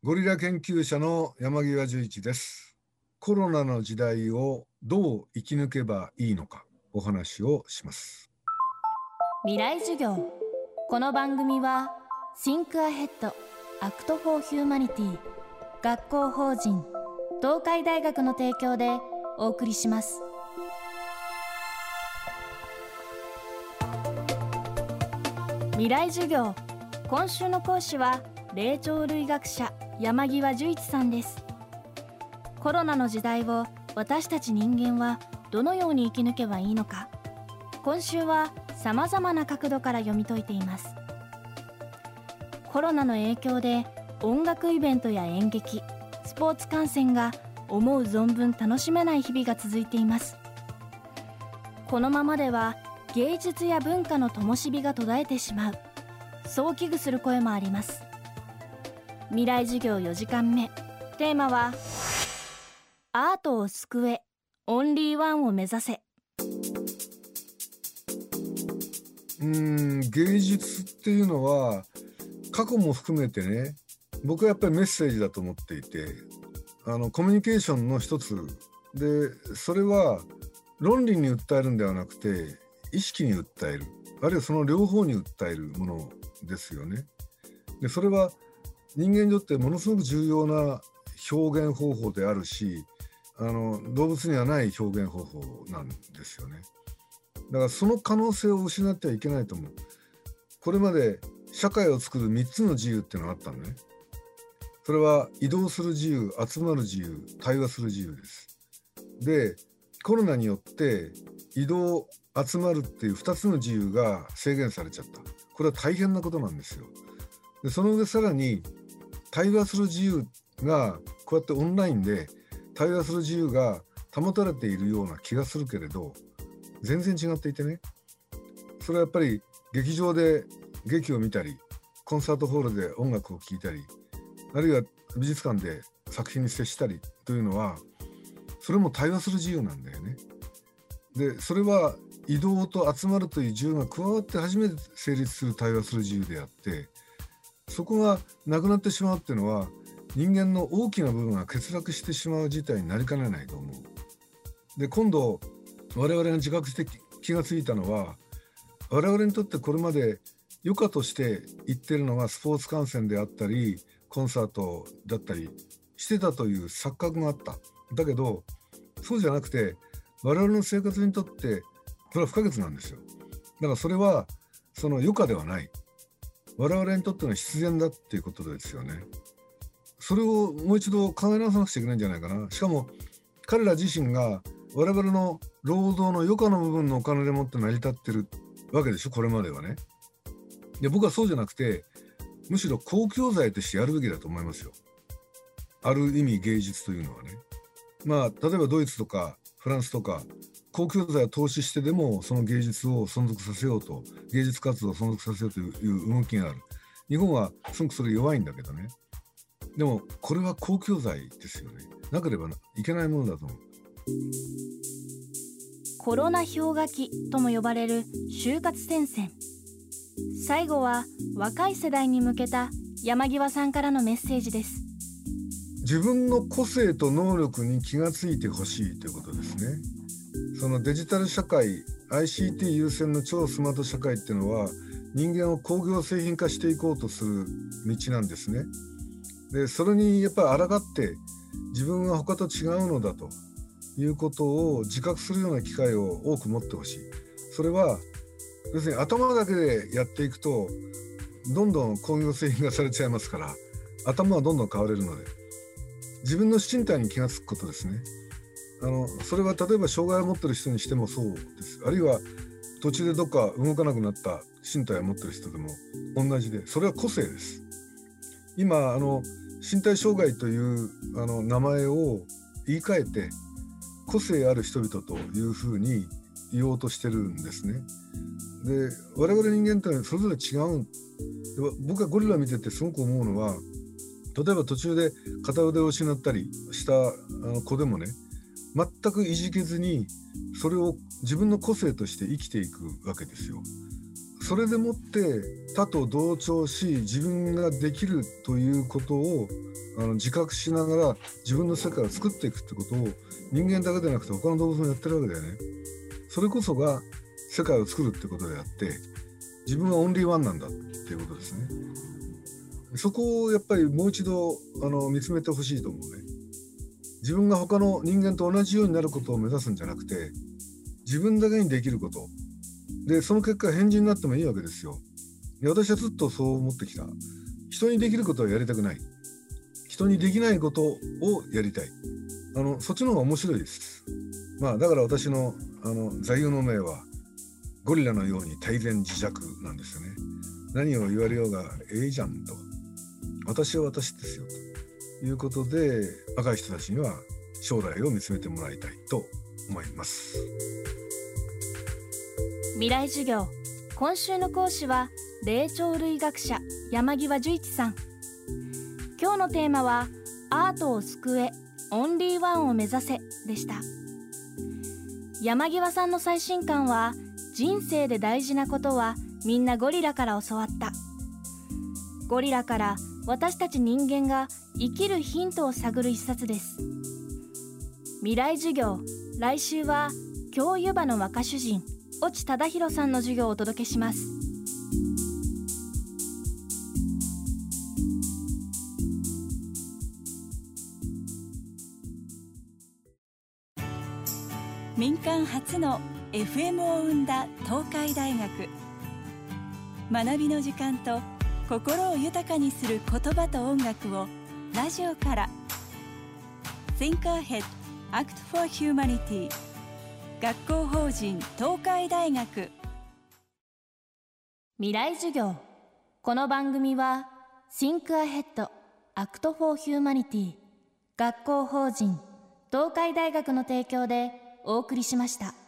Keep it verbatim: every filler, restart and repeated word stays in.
ゴリラ研究者の山際十一です。コロナの時代をどう生き抜けばいいのかお話をします。 未来授業。この番組は Think Ahead Act for Humanity 学校法人東海大学の提供でお送りします。未来授業、今週の講師は霊長類学者山際十一さんです。コロナの時代を私たち人間はどのように生き抜けばいいのか、今週はさまざまな角度から読み解いています。コロナの影響で音楽イベントや演劇、スポーツ観戦が思う存分楽しめない日々が続いています。このままでは芸術や文化の灯火が途絶えてしまう、そう危惧する声もあります。未来授業よじかんめ、テーマはアートを救え、オンリーワンを目指せ。 うーん芸術っていうのは過去も含めてね、僕はやっぱりメッセージだと思っていて、あのコミュニケーションの一つで、それは論理に訴えるんではなくて意識に訴える、あるいはその両方に訴えるものですよね。でそれは人間にとってものすごく重要な表現方法であるし、あの動物にはない表現方法なんですよね。だからその可能性を失ってはいけないと思う。これまで社会を作るみっつの自由っていうのがあったのね。それは移動する自由、集まる自由、対話する自由です。でコロナによって移動、集まるっていうふたつの自由が制限されちゃった。これは大変なことなんですよ。でその上さらに対話する自由がこうやってオンラインで対話する自由が保たれているような気がするけれど、全然違っていてね、それはやっぱり劇場で劇を見たり、コンサートホールで音楽を聴いたり、あるいは美術館で作品に接したりというのは、それも対話する自由なんだよね。でそれは移動と集まるという自由が加わって初めて成立する対話する自由であって、そこがなくなってしまうっていうのは人間の大きな部分が欠落してしまう事態になりかねないと思う。で今度我々が自覚して気がついたのは、我々にとってこれまで余暇として言っているのがスポーツ観戦であったりコンサートだったりしてたという錯覚があった。だけどそうじゃなくて、我々の生活にとってこれは不可欠なんですよ。だからそれはその余暇ではない、我々にとっての必然だっていうことですよね。それをもう一度考え直さなくちゃいけないんじゃないかな。しかも彼ら自身が我々の労働の余暇の部分のお金でもって成り立ってるわけでしょ、これまではね。で僕はそうじゃなくて、むしろ公共財としてやるべきだと思いますよ。ある意味芸術というのはね、まあ例えばドイツとかフランスとか公共財を投資してでもその芸術を存続させようと、芸術活動を存続させようという動きがある。日本はすごくそれ弱いんだけどね。でもこれは公共財ですよね。なければいけないものだと思う。 コロナ氷河期とも呼ばれる就活戦線。最後は若い世代に向けた山際さんからのメッセージです。 自分の個性と能力に気がついてほしいということですね。そのデジタル社会、 アイシーティー 優先の超スマート社会っていうのは人間を工業製品化していこうとする道なんですね。でそれにやっぱり抗って自分は他と違うのだということを自覚するような機会を多く持ってほしい。それは要するに頭だけでやっていくとどんどん工業製品化されちゃいますから、頭はどんどん変われるので、自分の身体に気がつくことですね。あのそれは例えば障害を持ってる人にしてもそうです。あるいは途中でどっか動かなくなった身体を持ってる人でも同じで、それは個性です。今あの身体障害というあの名前を言い換えて個性ある人々というふうに言おうとしてるんですね。で我々人間ってそれぞれ違う。僕はゴリラ見ててすごく思うのは、例えば途中で片腕を失ったりしたあの子でもね、全くいじけずにそれを自分の個性として生きていくわけですよ。 それでもって他と同調し自分ができるということをあの自覚しながら自分の世界を作っていくってことを人間だけでなくて他の動物もやってるわけだよね。それこそが世界を作るってことであって自分はオンリーワンなんだっていうことですね。そこをやっぱりもう一度あの見つめてほしいと思うね。自分が他の人間と同じようになることを目指すんじゃなくて自分だけにできることでその結果変人になってもいいわけですよ。で私はずっとそう思ってきた。人にできることはやりたくない。人にできないことをやりたい。あのそっちの方が面白いです。まあだから私のあの座右の銘はゴリラのように泰然自若なんですよね。何を言われようがええじゃんと。私は私ですよということで若い人たちには将来を見つめてもらいたいと思います。 未来授業、今週の講師は霊長類学者山際十一さん。今日のテーマはアートを救えオンリーワンを目指せでした。山際さんの最新刊は人生で大事なことはみんなゴリラから教わった。ゴリラから私たち人間が生きるヒントを探る一冊です。未来授業、来週は京湯葉の若主人越智忠弘さんの授業をお届けします。 民間初の エフエム を生んだ東海大学。学びの時間と心を豊かにする言葉と音楽をラジオから。 Think Ahead Act for Humanity 学校法人東海大学。 未来授業、この番組は Think Ahead Act for Humanity 学校法人東海大学の提供でお送りしました。